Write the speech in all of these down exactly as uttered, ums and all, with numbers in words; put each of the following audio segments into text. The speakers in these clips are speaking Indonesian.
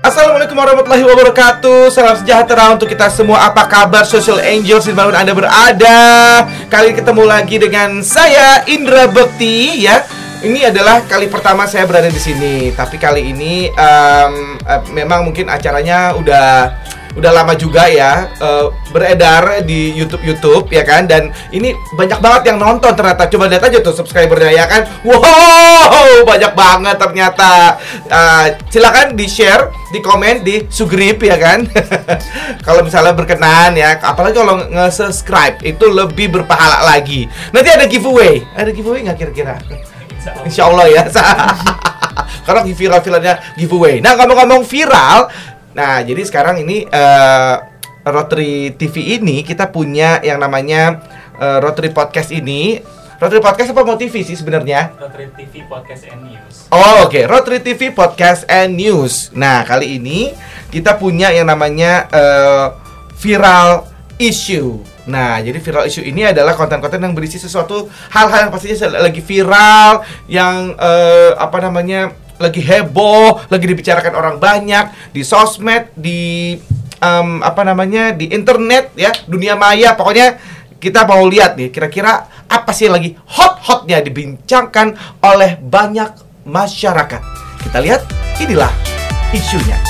Assalamualaikum warahmatullahi wabarakatuh. Salam sejahtera untuk kita semua. Apa kabar Social Angels dimanapun Anda berada? Kali ini ketemu lagi dengan saya Indra Bekti ya. Ini adalah kali pertama saya berada di sini. Tapi kali ini um, uh, memang mungkin acaranya udah udah lama juga ya uh, beredar di YouTube YouTube ya kan, dan ini banyak banget yang nonton ternyata. Coba lihat aja tuh subscribernya ya kan. Wow, banyak banget ternyata. Uh, silakan di share, di komen, di subscribe ya kan. Kalau misalnya berkenan ya, apalagi kalau nge-subscribe itu lebih berpahala lagi. Nanti ada giveaway. Ada giveaway nggak kira-kira? Insya Allah ya. Karena viral-viralnya giveaway. Nah, ngomong-ngomong viral, nah, jadi sekarang ini uh, Rotary T V ini kita punya yang namanya uh, Rotary Podcast ini. Rotary Podcast apa mau T V sih sebenarnya? Rotary T V Podcast and News. Oh, oke, okay. Rotary T V Podcast and News. Nah, kali ini kita punya yang namanya uh, Viral Issue. Nah, jadi viral issue ini adalah konten-konten yang berisi sesuatu hal-hal yang pastinya lagi viral, yang uh, apa namanya lagi heboh, lagi dibicarakan orang banyak di sosmed, di um, apa namanya di internet ya, dunia maya. Pokoknya kita mau lihat nih kira-kira apa sih lagi hot-hotnya dibincangkan oleh banyak masyarakat. Kita lihat, inilah isunya.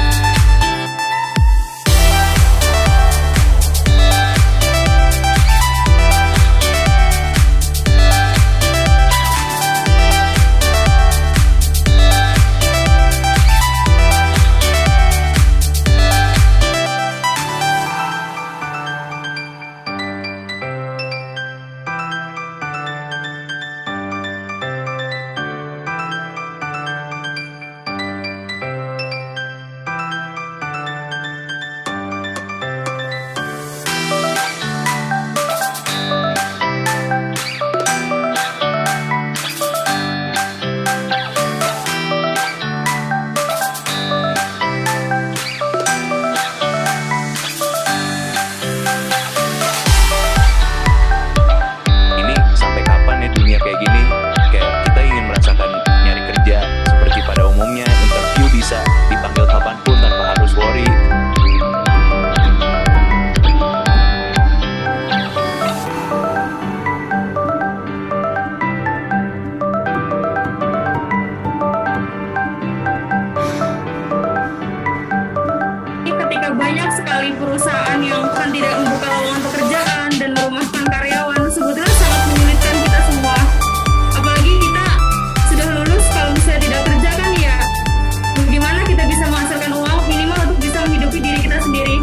Banyak sekali perusahaan yang kan tidak membuka lowongan pekerjaan dan merumahkan karyawan. Sebetulnya sangat menyulitkan kita semua. Apalagi kita sudah lulus, kalau misalnya tidak kerja kan ya bagaimana kita bisa menghasilkan uang minimal untuk bisa menghidupi diri kita sendiri.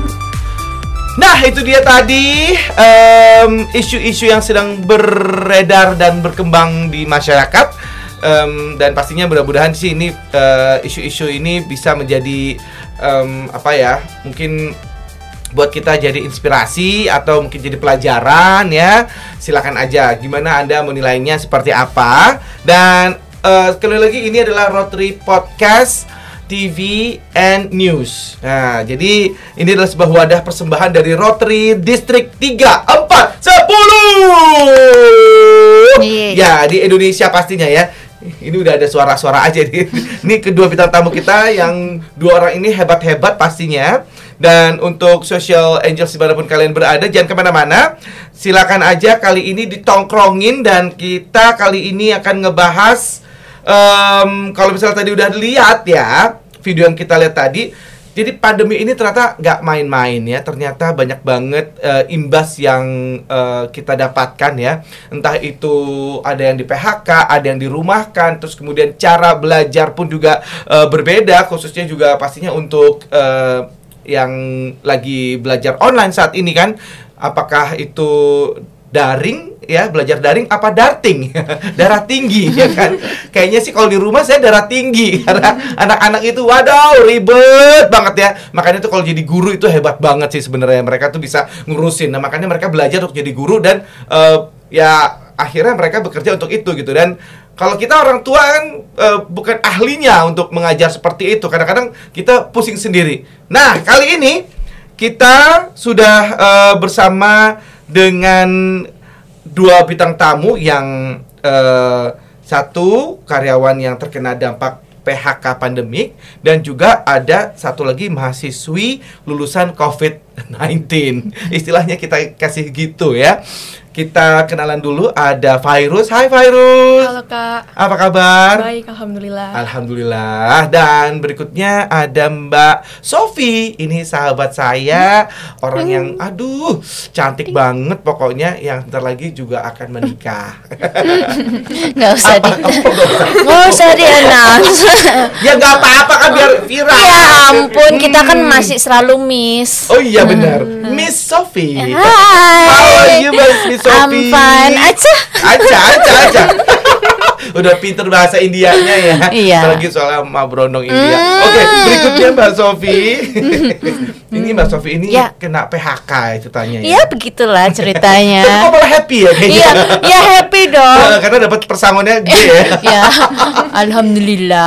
Nah, itu dia tadi um, isu-isu yang sedang beredar dan berkembang di masyarakat. Um, dan pastinya mudah-mudahan sih ini uh, isu-isu ini bisa menjadi um, apa ya, mungkin buat kita jadi inspirasi atau mungkin jadi pelajaran ya. Silakan aja gimana Anda menilainya seperti apa. Dan uh, sekali lagi ini adalah Rotary Podcast T V and News. Nah, jadi ini adalah sebuah wadah persembahan dari Rotary Distrik tiga, empat, sepuluh. Ya, di Indonesia pastinya ya. Ini udah ada suara-suara aja nih. Ini kedua bintang tamu kita yang dua orang ini hebat-hebat pastinya. Dan untuk Social Angels dimanapun kalian berada, jangan kemana-mana. Silakan aja kali ini ditongkrongin. Dan kita kali ini akan ngebahas um, kalau misalnya tadi udah lihat ya video yang kita lihat tadi, jadi pandemi ini ternyata nggak main-main ya. Ternyata banyak banget uh, imbas yang uh, kita dapatkan ya. Entah itu ada yang di P H K, ada yang dirumahkan, terus kemudian cara belajar pun juga uh, berbeda. Khususnya juga pastinya untuk uh, yang lagi belajar online saat ini kan. Apakah itu daring ya, belajar daring apa darting? Darah tinggi ya kan. Kayaknya sih kalau di rumah saya darah tinggi karena anak-anak itu waduh ribet banget ya. Makanya tuh kalau jadi guru itu hebat banget sih sebenarnya, mereka tuh bisa ngurusin. Nah, makanya mereka belajar untuk jadi guru dan uh, ya akhirnya mereka bekerja untuk itu gitu. Dan kalau kita orang tua kan uh, bukan ahlinya untuk mengajar seperti itu. Kadang-kadang kita pusing sendiri. Nah, kali ini kita sudah uh, bersama dengan dua bintang tamu yang uh, satu karyawan yang terkena dampak P H K pandemik, dan juga ada satu lagi mahasiswi lulusan covid sembilan belas. Istilahnya kita kasih gitu ya. Kita kenalan dulu, ada Virus. Hai Virus. Halo Kak. Apa kabar? Baik, alhamdulillah. Alhamdulillah. Dan berikutnya ada Mbak Sofi. Ini sahabat saya, orang yang aduh cantik banget pokoknya, yang bentar lagi juga akan menikah. Nggak usah di, Apa- apa- nggak usah? nggak usah di announce. Ya nggak apa-apa kan, biar viral. Ya ampun, kita kan Hmm. masih selalu miss. Oh iya benar, Miss Sofi. Hai. How are you, Miss Sofi? I'm fine aja. Aja, aja, aja. Udah pinter bahasa Indianya ya. Iya. Apalagi soal Ma Brondong India. Mm. Oke, berikutnya Mbak Sofi. Ini Mbak Sofi ini Ya. kena P H K ceritanya ya. Ya begitulah Tapi ceritanya. kok malah happy ya kayaknya. Iya, ya happy dong. Eh, Karena dapat persangonnya G ya. Ya, alhamdulillah.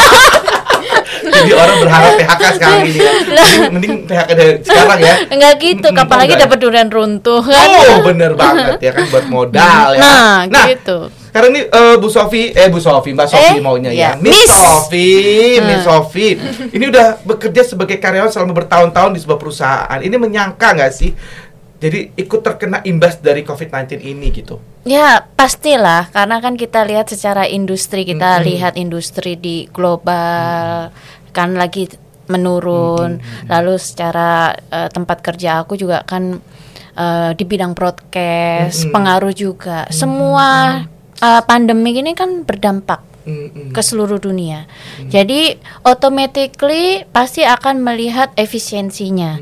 Jadi orang berharap P H K sekarang ini ya. Mending, mending P H K dari sekarang ya. Enggak gitu, Mm, apalagi enggak. dapat durian runtuh kan. Oh, bener banget ya kan, buat modal ya. Nah, gitu. Karena ini eh, Bu Sofi, eh Bu Sofi, Mbak Sofi Eh, maunya iya. ya. Miss Miss. Sofi, Miss Hmm. Sofi. Ini udah bekerja sebagai karyawan selama bertahun-tahun di sebuah perusahaan. Ini menyangka nggak sih? Jadi ikut terkena imbas dari covid sembilan belas ini gitu. Ya pastilah, karena kan kita lihat secara industri, kita Mm-mm. lihat industri di global kan lagi menurun. Mm-mm. Lalu secara eh, tempat kerja aku juga kan eh, di bidang broadcast, Mm-mm. pengaruh juga. Semua eh, pandemi ini kan berdampak Mm-mm. ke seluruh dunia. Jadi automatically pasti akan melihat efisiensinya.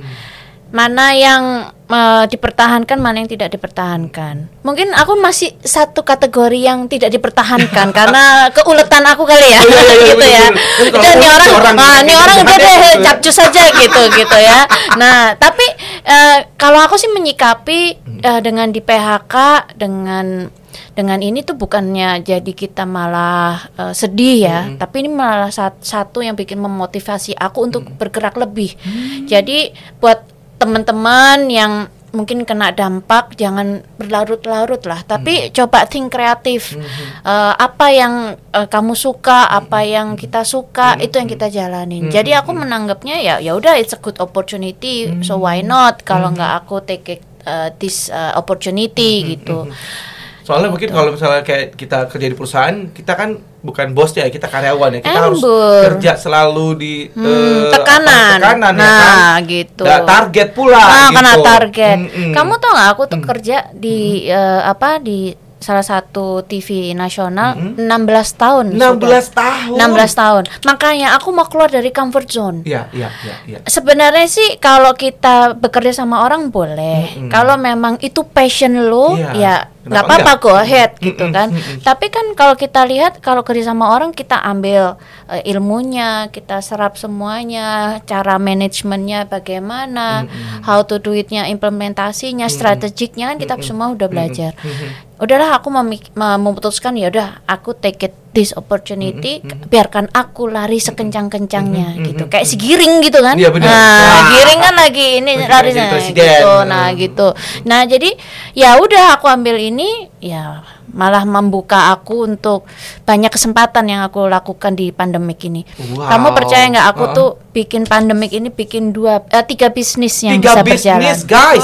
Mana yang uh, dipertahankan, mana yang tidak dipertahankan. Mungkin aku masih satu kategori yang tidak dipertahankan karena keuletan aku kali ya, Oh, iya, iya, iya, gitu ya. bener-bener. Kan kalau Dan ini ulet orang, orang ah, ini gitu, orang udah jahatnya deh gitu ya. capcus saja gitu, gitu ya. Nah, tapi uh, kalau aku sih menyikapi uh, dengan di P H K dengan dengan ini tuh bukannya jadi kita malah uh, sedih ya, Mm-hmm. tapi ini malah sat- satu yang bikin memotivasi aku untuk Mm-hmm. bergerak lebih. Jadi buat teman-teman yang mungkin kena dampak, jangan berlarut-larut lah, tapi coba think kreatif. Eh, apa yang eh, kamu suka, apa yang kita suka, itu yang kita jalanin. Jadi aku menanggapnya ya ya udah, it's a good opportunity, so why not? Kalau nggak aku take it, uh, this uh, opportunity gitu. Soalnya mungkin kalau misalnya kayak kita kerja di perusahaan, kita kan bukan bosnya ya, kita karyawan ya. Kita harus Embur. kerja selalu di Hmm, eh, tekanan. apa, tekanan ya Nah, kan. gitu. Da- target pula Nah, gitu. kena target. Mm-mm. Kamu tau nggak, aku tuh kerja di eh, apa di salah satu T V nasional enam belas tahun. enam belas sudah. tahun. enam belas tahun. Makanya aku mau keluar dari comfort zone. Iya, iya, iya, iya. Sebenarnya sih kalau kita bekerja sama orang boleh. Mm-mm. Kalau memang itu passion lo, Iya. ya Kenapa nggak apa-apa, enggak? go ahead gitu Mm-mm, kan. mm-mm. Tapi kan kalau kita lihat, kalau kerja sama orang kita ambil eh, ilmunya, kita serap semuanya, cara manajemennya bagaimana, Mm-mm. how to do it-nya, implementasinya, strategiknya kan kita Mm-mm. semua udah belajar. Mm-mm. Udahlah, aku memik- mem- memutuskan ya udah aku take it this opportunity, biarkan aku lari sekencang-kencangnya Mm-mm. gitu. Kayak si Giring gitu kan. Iya, benar. Nah, Wah. Giring kan lagi ini Lagi lari jadi sana presiden. gitu. Nah, Hmm. gitu. Nah, jadi ya udah aku ambil ini, ya malah membuka aku untuk banyak kesempatan yang aku lakukan di pandemik ini. Wow. Kamu percaya nggak aku Uh-uh. tuh bikin pandemik ini bikin dua eh, tiga bisnis yang Tiga bisa berjalan. bisnis, guys.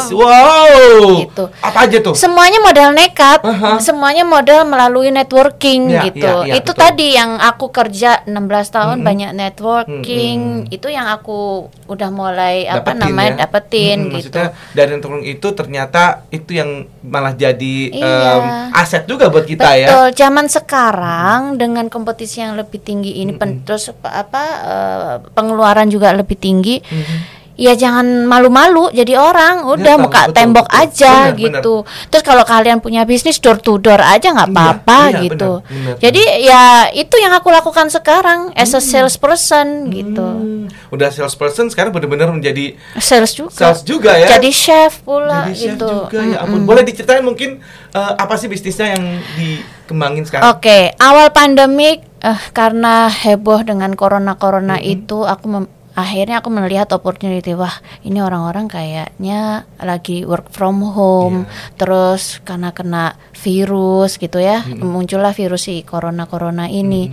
Wow. Gitu. Apa aja tuh? Semuanya modal nekat, Aha. semuanya modal melalui networking Ya, gitu. ya, ya, itu betul. tadi yang aku kerja enam belas tahun, Mm-mm. banyak networking. Mm-mm. Itu yang aku udah mulai apa Dapetin namanya ya? dapetin Mm-mm, gitu. Maksudnya dari networking itu ternyata itu yang malah jadi Iya. em, aset juga buat kita ya. Betul, zaman sekarang dengan kompetisi yang lebih tinggi ini, pen- terus apa eh, pengeluaran juga lebih tinggi. Mhm. Ya jangan malu-malu jadi orang, udah tahu, muka betul, tembok betul. aja Benar, gitu. Terus kalau kalian punya bisnis door to door aja nggak Iya, apa-apa iya, gitu. benar, benar. Jadi ya itu yang aku lakukan sekarang as a salesperson gitu. Hmm, udah salesperson sekarang benar-benar menjadi Sales juga. sales juga ya. Jadi chef pula Jadi chef gitu. juga ya ampun. Mm-mm. Boleh diceritain mungkin eh, apa sih bisnisnya yang dikembangin sekarang? Oke, awal pandemik eh, karena heboh dengan corona-corona Mm-mm. itu, aku mem- akhirnya aku melihat opportunity. Wah, ini orang-orang kayaknya lagi work from home, Iya. terus karena kena virus gitu ya, Mm-mm. muncullah virus si corona-corona ini. Mm-mm.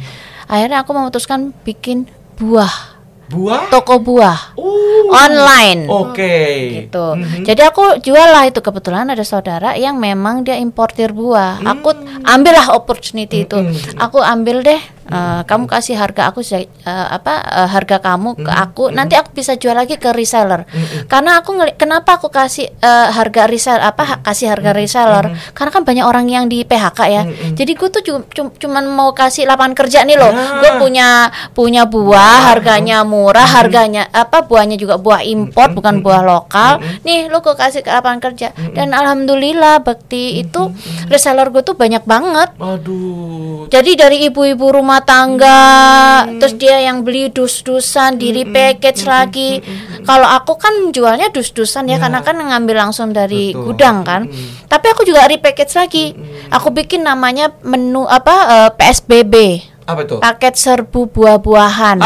akhirnya aku memutuskan bikin buah, Buah? toko buah Oh. online. Oke. Gitu. Mhm. Jadi aku jual lah itu, kebetulan ada saudara yang memang dia importir buah. Hmm. Aku ambillah opportunity itu. Mm-mm. Aku ambil deh. Uh, kamu kasih harga aku uh, apa uh, harga kamu ke aku, nanti aku bisa jual lagi ke reseller. Karena aku ngeli- kenapa aku kasih uh, harga reseller apa ha- kasih harga reseller? Karena kan banyak orang yang di P H K ya. Jadi gue tuh cu- cu- cuman mau kasih lapangan kerja nih loh. Nah. Gue punya punya buah, harganya murah, harganya apa buahnya juga buah import bukan buah lokal. Nih lu gue kasih ke lapangan kerja. Dan alhamdulillah Bekti itu reseller gue tuh banyak banget. Aduh. Jadi dari ibu-ibu rumah tangga, terus dia yang beli dus-dusan, di repackage lagi. Kalau aku kan jualnya dus-dusan ya, karena kan ngambil langsung dari Betul. gudang kan. Tapi aku juga repackage lagi. Aku bikin namanya menu apa eh, P S B B, Apa itu? paket serbu buah-buahan.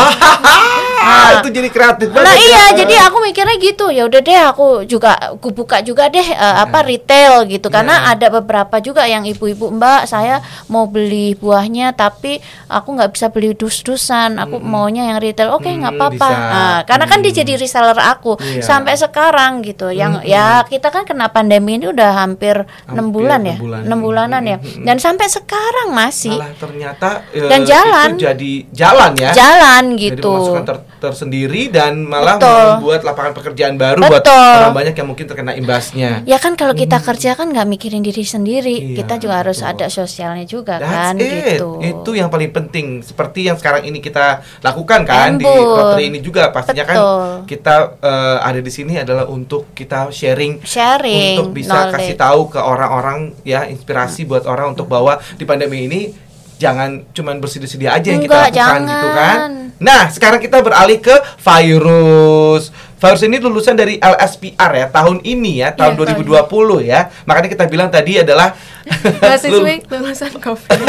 Ah, itu jadi kreatif banget. Nah iya, ya. jadi aku mikirnya gitu. Ya udah deh, aku juga aku buka juga deh eh, apa retail gitu. Karena ada beberapa juga yang ibu-ibu, Mbak, saya mau beli buahnya tapi aku nggak bisa beli dus-dusan. Aku maunya yang retail. Oke, nggak Hmm, apa-apa. bisa. Nah, karena kan dia jadi reseller aku Iya. sampai sekarang gitu. Yang ya kita kan kena pandemi ini udah hampir enam bulan ya, enam bulan. enam bulanan ya. Dan sampai sekarang masih Malah ternyata eh, Dan jalan. itu jadi jalan ya. jalan Jadi gitu. pemasukan ter- tersendiri dan malah Betul. membuat lapangan pekerjaan baru buat Betul. orang banyak yang mungkin terkena imbasnya. Ya kan kalau kita kerja kan nggak mikirin diri sendiri, Iya, kita juga harus betul. ada sosialnya juga That's kan it. gitu. Itu yang paling penting. Seperti yang sekarang ini kita lakukan kan di Embun. Rotary ini juga pastinya kan Betul. kita eh, ada di sini adalah untuk kita sharing, Sharing untuk bisa knowledge. kasih tahu ke orang-orang ya, inspirasi buat orang untuk bahwa di pandemi ini jangan cuman bersedia-sedia aja yang Enggak, kita lakukan jangan. gitu kan. Nah, sekarang kita beralih ke Virus. Virus ini lulusan dari L S P R ya, tahun ini ya, tahun Iya, dua ribu dua puluh ya. Makanya kita bilang tadi adalah mahasiswi lulusan COVID.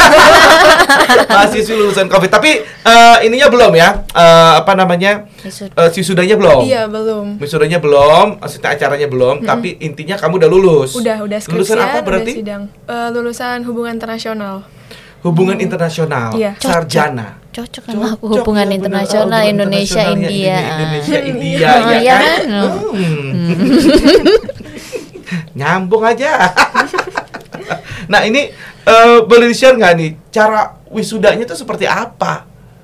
mahasiswi lulusan COVID. Tapi eh, ininya belum ya, eh, apa namanya, Wisuda. eh, wisudanya belum. Iya, belum. Wisudanya belum, maksudnya acaranya belum. Tapi intinya kamu udah lulus. Udah, udah skripsian, Lulusan apa udah berarti? sidang. Eh, lulusan hubungan internasional. Hubungan internasional, Iya. sarjana. Cocok sama aku Cocok, hubungan ya, benar. internasional Oh, hubungan Indonesia internasional, ya, India. Indonesia Ah. India Oh, ya iya kan? kan? Hmm. Nyambung aja. Nah, ini eh, boleh di-share nggak nih cara wisudanya itu seperti apa?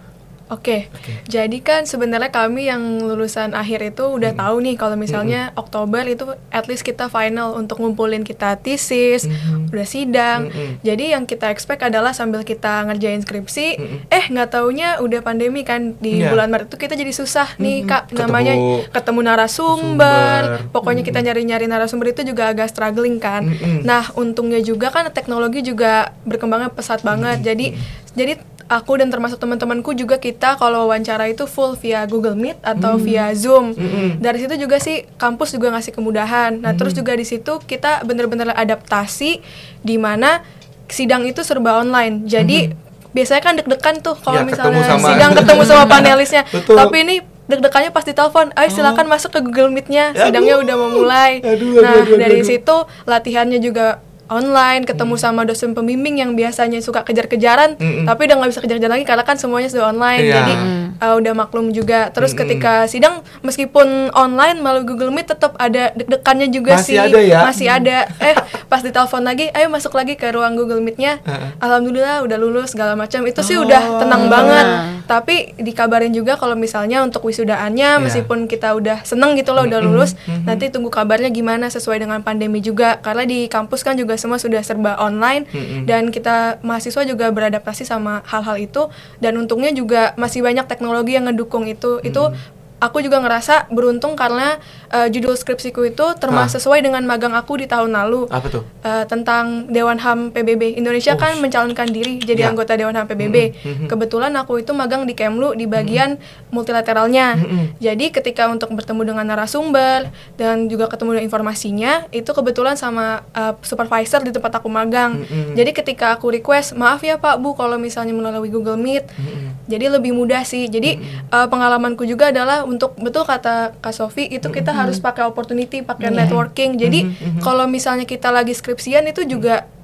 Oke, jadi kan sebenarnya kami yang lulusan akhir itu udah Hmm. tahu nih kalau misalnya Oktober itu at least kita final untuk ngumpulin kita tesis, Hmm. udah sidang. Hmm. Jadi yang kita expect adalah sambil kita ngerjain skripsi, eh nggak taunya udah pandemi kan di Iya. bulan Maret itu kita jadi susah nih Hmm. Kak, Ketemu namanya ketemu narasumber. narasumber. Pokoknya kita nyari-nyari narasumber itu juga agak struggling kan. Hmm. Nah, untungnya juga kan teknologi juga berkembangnya pesat banget. Hmm. Jadi jadi aku dan termasuk teman-temanku juga kita kalau wawancara itu full via Google Meet atau via Zoom. Mm-mm. Dari situ juga sih kampus juga ngasih kemudahan. Nah, terus juga di situ kita bener-bener adaptasi di mana sidang itu serba online. Jadi biasanya kan deg-degan tuh kalau Ya, ketemu misalnya sama- sidang ketemu sama panelisnya. Betul. Tapi ini deg-degannya pas ditelepon, ayo silakan masuk ke Google Meet-nya, Aduh. sidangnya udah mau mulai. Aduh, aduh, Nah, aduh, dari aduh. situ latihannya juga online, ketemu sama dosen pembimbing yang biasanya suka kejar-kejaran, Mm-mm. tapi udah nggak bisa kejar-kejar lagi karena kan semuanya sudah online. Iya. Jadi uh, udah maklum juga. Terus Mm-mm. ketika sidang meskipun online melalui Google Meet tetap ada deg-degannya juga Masih sih. ada ya? Masih ada. Eh, pas ditelepon lagi, ayo masuk lagi ke ruang Google Meet-nya. Uh-uh. Alhamdulillah udah lulus segala macam. Itu Oh. sih udah tenang banget. Nah. Tapi dikabarin juga kalau misalnya untuk wisudaannya Iya. meskipun kita udah seneng gitu loh udah Mm-mm. lulus, Mm-mm. nanti tunggu kabarnya gimana sesuai dengan pandemi juga. Karena di kampus kan juga semua sudah serba online Mm-mm. dan kita mahasiswa juga beradaptasi sama hal-hal itu, dan untungnya juga masih banyak teknologi yang ngedukung itu. Itu aku juga ngerasa beruntung karena uh, judul skripsiku itu termasuk Ah. sesuai dengan magang aku di tahun lalu. Apa tuh? Uh, tentang Dewan H A M P B B. Indonesia Oh, kan mencalonkan diri jadi ya. anggota Dewan H A M P B B. Mhm. Kebetulan aku itu magang di Kemlu di bagian multilateralnya. Mhm. Jadi ketika untuk bertemu dengan narasumber dan juga ketemu dengan informasinya, itu kebetulan sama uh, supervisor di tempat aku magang. Mhm. Jadi ketika aku request, maaf ya Pak Bu kalau misalnya melalui Google Meet, Mhm. jadi lebih mudah sih. Jadi uh, pengalamanku juga adalah untuk betul kata Kak Sofi itu kita harus pakai opportunity, pakai networking. Jadi Mhm. kalau misalnya kita lagi skripsian itu juga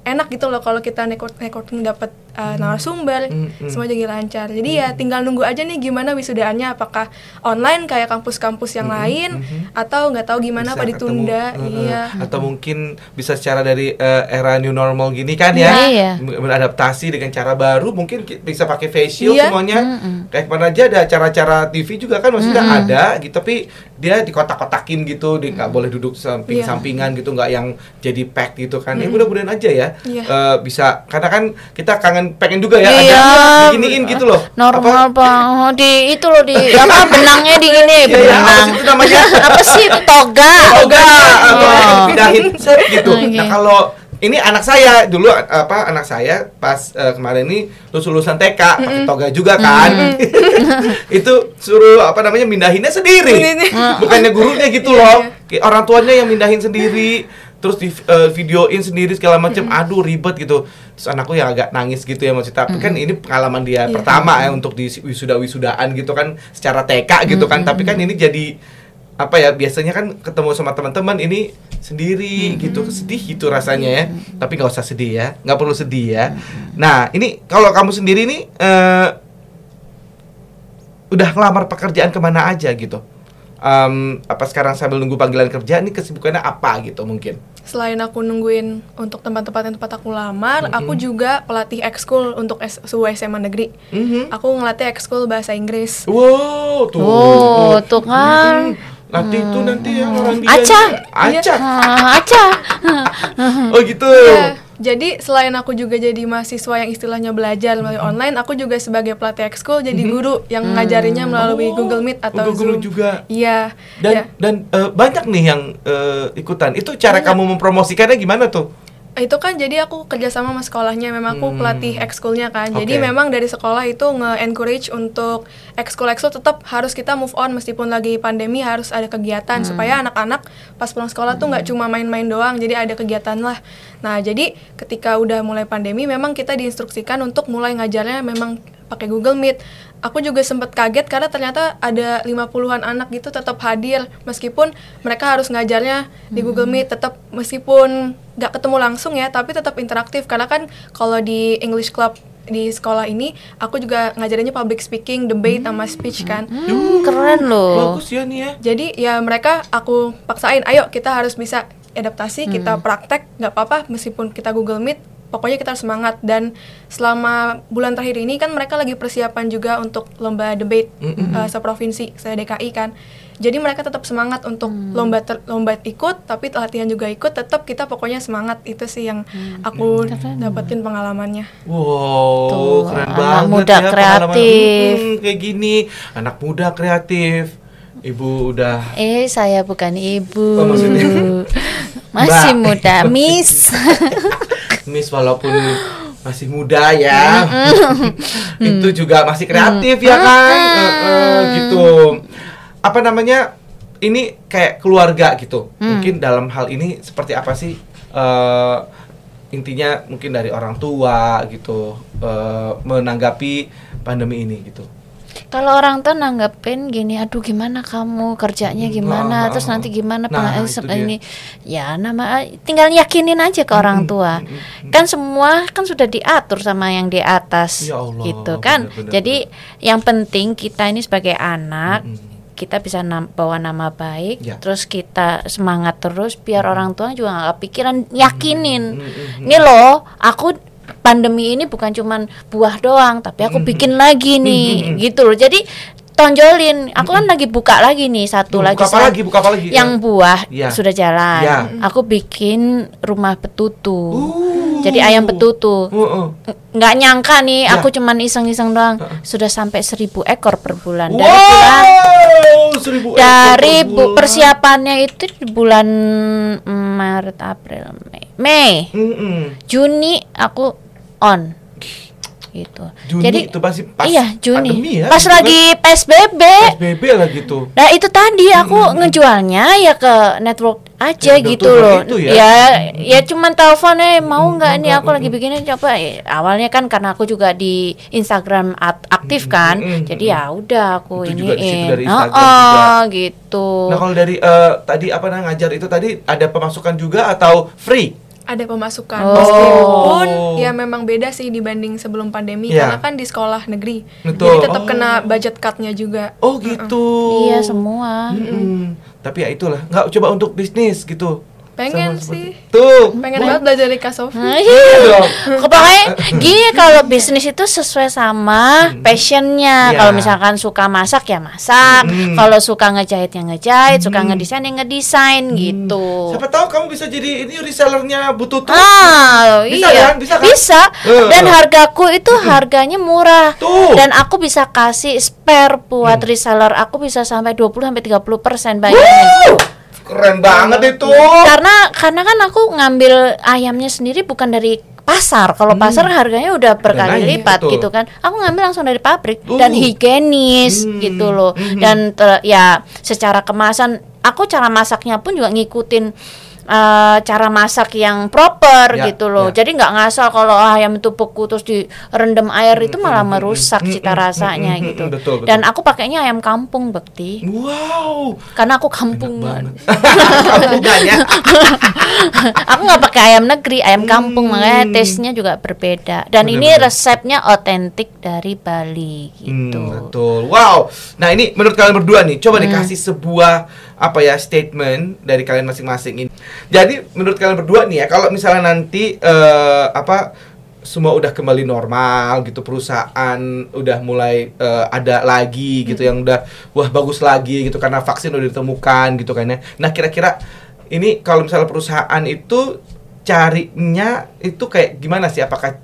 enak gitu loh kalau kita network networking dapat uh, narasumber, Hmm, hmm. semua jadi lancar. Jadi ya tinggal nunggu aja nih gimana wisudaannya, apakah online kayak kampus-kampus yang lain atau nggak tahu gimana Bisa apa ditunda. ketemu, uh, Iya. atau mungkin bisa secara dari uh, era new normal gini kan ya, Iya. beradaptasi dengan cara baru, mungkin ki- bisa pakai face shield Iya. semuanya. Kayak kemana aja ada acara-acara T V juga kan, maksudnya ada gitu, tapi dia dikotak-kotakin gitu, dia nggak boleh duduk samping-sampingan gitu, nggak yang jadi pack gitu kan. Ya mudah-mudahan aja ya Iya. uh, bisa, karena kan kita kangen pengen juga ya Iya. ada diginiin gitu loh. Normal Apa- bang, di itu loh di apa benangnya di gini, Iya, iya, apa benang. sih itu namanya? Apa sih toga? Toga, Oh. pindahin set gitu. Oke. Nah kalau ini anak saya dulu apa anak saya pas eh, kemarin ini lulus lulusan T K pakai toga juga kan. Itu suruh apa namanya mindahinnya sendiri. Bukannya gurunya gitu loh. Kayak orang tuanya yang mindahin sendiri. Terus di eh, videoin sendiri segala macam. Aduh ribet gitu. Terus anakku yang agak nangis gitu ya maksudnya. Tapi kan ini pengalaman dia pertama ya untuk di wisuda-wisudaan gitu kan secara T K gitu kan. Tapi kan ini jadi apa ya, biasanya kan ketemu sama teman-teman ini sendiri gitu, sedih gitu rasanya ya. Tapi nggak usah sedih ya, nggak perlu sedih ya. Nah ini kalau kamu sendiri nih eh, udah ngelamar pekerjaan kemana aja gitu? Em, apa sekarang sambil nunggu panggilan kerja, ini kesibukannya apa gitu mungkin? Selain aku nungguin untuk tempat-tempat yang tempat aku lamar, aku juga pelatih ekskul untuk S- sebuah S M A negeri. Mhm. Aku ngelatih ekskul bahasa Inggris. Wow, tuh. Oh, tuh kan. Mhm. Nanti itu nanti ya orang dia. Aca. Aca. Ah, Aca. Oh gitu. Ya, jadi selain aku juga jadi mahasiswa yang istilahnya belajar melalui online, aku juga sebagai pelatih ekskul jadi guru yang ngajarinya melalui Oh, Google Meet atau Google Zoom. juga. Iya. Dan ya. dan eh, banyak nih yang eh, ikutan. Itu cara kamu mempromosikannya gimana tuh? Itu kan jadi aku kerjasama sama sekolahnya, memang aku Hmm. pelatih ekskulnya kan. Jadi Oke. memang dari sekolah itu nge-encourage untuk ekskul-ekskul tetap harus kita move on meskipun lagi pandemi, harus ada kegiatan supaya anak-anak pas pulang sekolah tuh nggak cuma main-main doang, jadi ada kegiatan lah. Nah jadi ketika udah mulai pandemi memang kita diinstruksikan untuk mulai ngajarnya memang pakai Google Meet. Aku juga sempat kaget karena ternyata ada lima puluhan anak gitu tetap hadir meskipun mereka harus ngajarnya di Google Meet, tetap meskipun nggak ketemu langsung ya, tapi tetap interaktif karena kan kalau di English Club di sekolah ini aku juga ngajarinnya public speaking, debate sama speech kan. Hmm, keren loh. Bagus ya nih ya. Jadi ya mereka aku paksain, ayo kita harus bisa adaptasi, kita praktek, nggak apa-apa meskipun kita Google Meet, pokoknya kita harus semangat. Dan selama bulan terakhir ini kan mereka lagi persiapan juga untuk lomba debate uh, seprovinsi, se D K I kan. Jadi mereka tetap semangat untuk lomba ter- lomba ikut, tapi latihan juga ikut, tetap kita pokoknya semangat. Itu sih yang aku dapetin pengalamannya. Wow, Tuh, keren anak banget muda ya pengalaman. kreatif. Hmm, kayak gini, anak muda kreatif. Ibu udah Eh, saya bukan ibu. Oh, maksudnya? Masih Mbak. muda, Miss. Miss walaupun masih muda ya, itu juga masih kreatif ya kan, Eh, eh, gitu. Apa namanya? Ini kayak keluarga gitu. Mungkin dalam hal ini seperti apa sih? Eh, intinya mungkin dari orang tua gitu eh, menanggapi pandemi ini gitu. Kalau orang tua nanggepin gini, aduh gimana kamu kerjanya gimana, Nah, terus nah, nanti gimana nah, peng- itu se- dia. ini, ya nama tinggal yakinin aja ke orang tua. Kan semua kan sudah diatur sama yang di atas, Ya Allah, gitu kan. benar-benar, Jadi yang penting kita ini sebagai anak, Mm-mm. kita bisa nam- bawa nama baik, Ya. terus kita semangat terus, biar orang tua juga nggak kepikiran, yakinin. Mm-mm. Ini loh, aku pandemi ini bukan cuman buah doang, tapi aku bikin lagi nih, gitu loh. Jadi tonjolin, aku kan lagi buka lagi nih satu Buka lagi, apa sel- lagi? Buka apa lagi? yang buah Ya. sudah jalan. Ya. Aku bikin rumah betutu. Uh. Jadi ayam betutu. Uh, uh. Nggak nyangka nih, Ya. aku cuman iseng-iseng doang, sudah sampai seribu ekor per bulan. Dari Wow, bulan seribu ekor dari per bu, bulan. persiapannya itu di bulan Maret, April, Mei, Mei, Mm-mm. Juni aku on gitu. Juni Jadi itu pasti pas iya Juni, pandemi ya, pas gitu kan. lagi P S B B. P S B B lah gitu. Nah itu tadi aku ngejualnya ya ke network aja Ya, gitu betul, loh. itu ya. ya ya cuman teleponnya mau nggak nih enggak, aku lagi bikinnya coba. Ya, awalnya kan karena aku juga di Instagram at- aktif kan, mm, mm, jadi ya udah aku Itu juga di situ iniin. dari Instagram Oh, juga. gitu. Nah kalau dari eh, tadi apa namanya ngajar itu tadi ada pemasukan juga atau free? ada pemasukan. Oh. Meskipun ya memang beda sih dibanding sebelum pandemi Ya. karena kan di sekolah negeri. Betul. Jadi tetap Oh. kena budget cut-nya juga. Oh gitu. Iya semua. Mm-mm. Tapi ya itulah, nggak coba untuk bisnis gitu. Pengen Sama sih. seperti- Tuh. Pengen banget belajar dari Kak Sofi. Nah, iya. dong. Pokoknya gini, kalau bisnis itu sesuai sama passionnya. Iya. Kalau misalkan suka masak ya masak, Hmm. kalau suka ngejahit ya ngejahit, suka ngedesain ya ngedesain gitu. Siapa tahu kamu bisa jadi ini resellernya Bu Tutu. Ah, Bisa iya. kan? Bisa kan? Bisa. Eh, Dan eh. hargaku itu harganya murah. Tuh. Dan aku bisa kasih spare buat Hmm. reseller. Aku bisa sampai dua puluh sampai tiga puluh persen bayarnya. Keren banget itu. Karena karena kan aku ngambil ayamnya sendiri bukan dari pasar. Kalau pasar harganya udah berkali naik, lipat betul. gitu kan. Aku ngambil langsung dari pabrik Uh. dan higienis Hmm. gitu loh. Mhm. Dan ter- ya secara kemasan aku cara masaknya pun juga ngikutin eh, cara masak yang proper Ya, gitu loh. ya. Jadi nggak ngasal kalau ayam itu beku terus direndam air itu malah merusak hmm, cita hmm, rasanya hmm, gitu. hmm, betul, betul. Dan aku pakainya ayam kampung, Bekti. Wow. Karena aku kampungan. Kamu banyak. Aku nggak pakai ayam negeri, ayam kampung, Hmm. makanya taste-nya juga berbeda. Dan ini Benar-benar. resepnya otentik dari Bali gitu. Hmm, betul. Wow. Nah, ini menurut kalian berdua nih, coba Hmm. dikasih sebuah apa ya statement dari kalian masing-masing ini. Jadi, menurut kalian berdua nih ya, kalau misalnya nanti eh, apa semua udah kembali normal gitu, perusahaan udah mulai eh, ada lagi gitu, yang udah wah bagus lagi gitu karena vaksin udah ditemukan gitu kan ya. Nah, kira-kira ini kalau misalnya perusahaan itu carinya itu kayak gimana sih? Apakah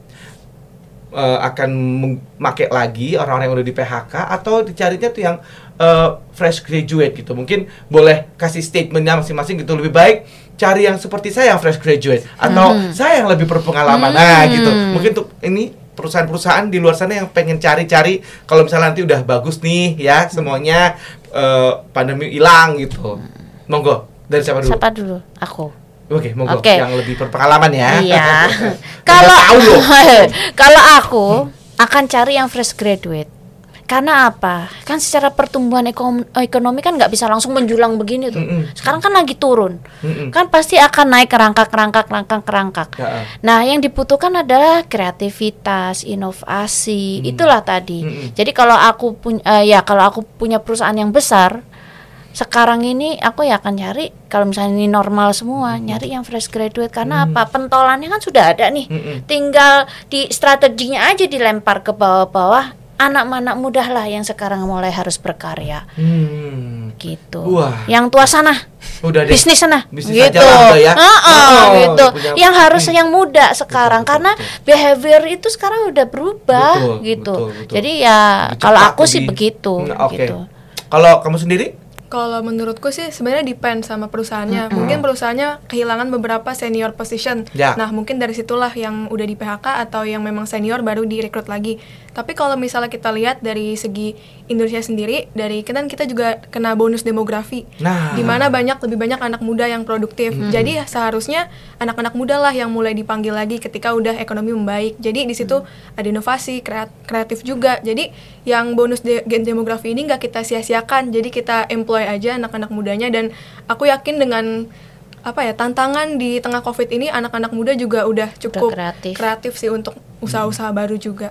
eh, akan memakai lagi orang-orang yang udah di P H K atau dicarinya tuh yang eh, fresh graduate gitu? Mungkin boleh kasih statementnya masing-masing gitu. Lebih baik cari yang seperti saya yang fresh graduate atau saya yang lebih berpengalaman. Nah gitu. Mungkin tuh ini perusahaan-perusahaan di luar sana yang pengen cari-cari kalau misalnya nanti udah bagus nih ya semuanya, eh, pandemi hilang gitu. Monggo, dari siapa dulu? Siapa dulu? Aku. Oke, monggo Oke. yang lebih berpengalaman ya. Iya. Kalau Kalau tahu loh. kalau aku akan cari yang fresh graduate. Karena apa? Kan secara pertumbuhan ekom- ekonomi kan nggak bisa langsung menjulang begini tuh. Mm-mm. Sekarang kan lagi turun. Mm-mm. Kan pasti akan naik kerangka kerangka kerangka kerangka. Ya. Nah, yang dibutuhkan adalah kreativitas, inovasi. Itulah tadi. Mm-mm. Jadi kalau aku punya ya kalau aku punya perusahaan yang besar, sekarang ini aku ya akan nyari kalau misalnya ini normal semua, nyari yang fresh graduate karena apa? Pentolannya kan sudah ada nih. Mm-mm. Tinggal di strateginya aja dilempar ke bawah-bawah. Anak-anak muda lah yang sekarang mulai harus berkarya Hmm. gitu. Wah. Yang tua sana Udah deh. bisnis sana Bisnis gitu. aja lah udah ya. Heeh, Oh, gitu. punya- Yang harus Hmm. yang muda sekarang Betul, karena betul, behavior itu sekarang udah berubah Betul, gitu. betul, betul. Jadi ya Lebih kalau cepat, aku sih lebih- begitu Hmm, Oke. gitu. Kalau kamu sendiri? Kalau menurutku sih sebenarnya depend sama perusahaannya. Mungkin perusahaannya kehilangan beberapa senior position. Ya. Nah, mungkin dari situlah yang udah di P H K atau yang memang senior baru direkrut lagi. Tapi kalau misalnya kita lihat dari segi Indonesia sendiri, dari kan kita juga kena bonus demografi. Nah. Di mana banyak lebih banyak anak muda yang produktif. Jadi seharusnya anak-anak muda lah yang mulai dipanggil lagi ketika udah ekonomi membaik. Jadi di situ ada inovasi, kreat- kreatif juga. Jadi yang bonus de- gen demografi ini nggak kita sia-siakan. Jadi kita employ aja anak-anak mudanya, dan aku yakin dengan apa ya tantangan di tengah COVID ini anak-anak muda juga udah cukup kreatif. kreatif sih untuk usaha-usaha baru juga.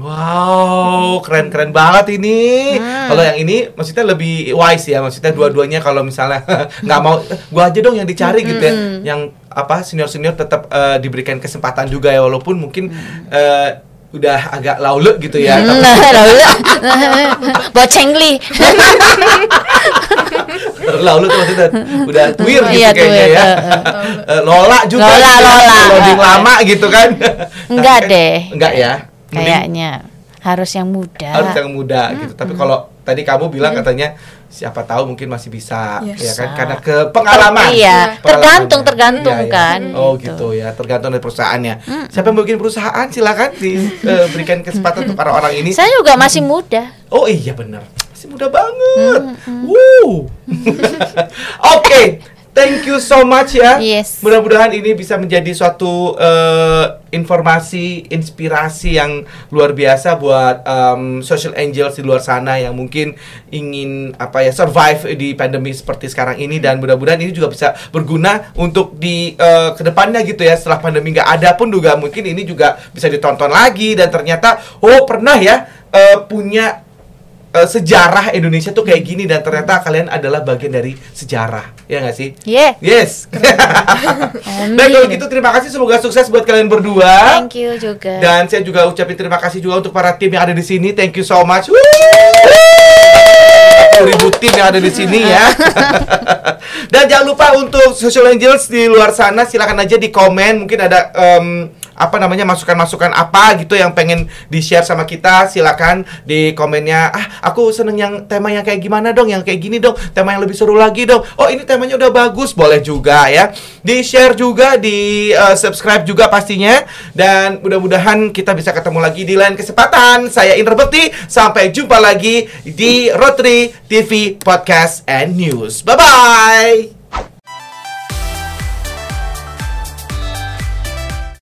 Wow, keren-keren banget ini. Hmm. Kalau yang ini maksudnya lebih wise ya, maksudnya dua-duanya kalau misalnya nggak mau, "Eh, gua aja dong yang dicari gitu ya. Yang apa senior-senior tetap eh, diberikan kesempatan juga ya, walaupun mungkin eh, udah agak laule gitu ya. Tapi Nah, lalu buat cengli. lalu tuh maksudnya udah tuir gitu Iya, kayaknya tuir, ya. eh, Eh, Lola juga Lola, gitu, Lola. loading lama gitu kan. Enggak Tapi kan- deh. Enggak ya. Mending Kayaknya harus yang muda. harus yang muda gitu. Tapi kalau tadi kamu bilang katanya siapa tahu mungkin masih bisa Yes. ya kan Bisa. karena ke pengalaman. Iya, Pengalamannya. tergantung, tergantung Iya, iya. kan, Oh gitu. gitu ya, tergantung dari perusahaannya. Siapa yang bikin perusahaan silakan diberikan kesempatan untuk para orang ini. Saya juga masih muda. Oh iya benar. Masih muda banget. Wow. Oke. Thank you so much ya. Yes. Mudah-mudahan ini bisa menjadi suatu uh, informasi, inspirasi yang luar biasa buat um, social angels di luar sana yang mungkin ingin apa ya survive di pandemi seperti sekarang ini, dan mudah-mudahan ini juga bisa berguna untuk di uh, kedepannya gitu ya, setelah pandemi nggak ada pun juga mungkin ini juga bisa ditonton lagi, dan ternyata oh pernah ya uh, punya uh, sejarah Indonesia tuh kayak gini, dan ternyata kalian adalah bagian dari sejarah, ya nggak sih? Yeah. Yes. Dan kalau gitu terima kasih, semoga sukses buat kalian berdua. Thank you juga. Dan saya juga ucapin terima kasih juga untuk para tim yang ada di sini. Thank you so much. Ribu tim yang ada di sini ya. Dan jangan lupa untuk Social Angels di luar sana, silakan aja di komen, mungkin ada um, apa namanya masukan-masukan apa gitu yang pengen di-share sama kita, silakan di komennya. Ah, aku seneng yang tema yang kayak gimana dong, yang kayak gini dong, tema yang lebih seru lagi dong. Oh, ini temanya udah bagus, boleh juga ya. Di-share juga, di uh, subscribe juga pastinya. Dan mudah-mudahan kita bisa ketemu lagi di lain kesempatan. Saya Indra Bekti, sampai jumpa lagi di Rotary T V Podcast and News. Bye bye.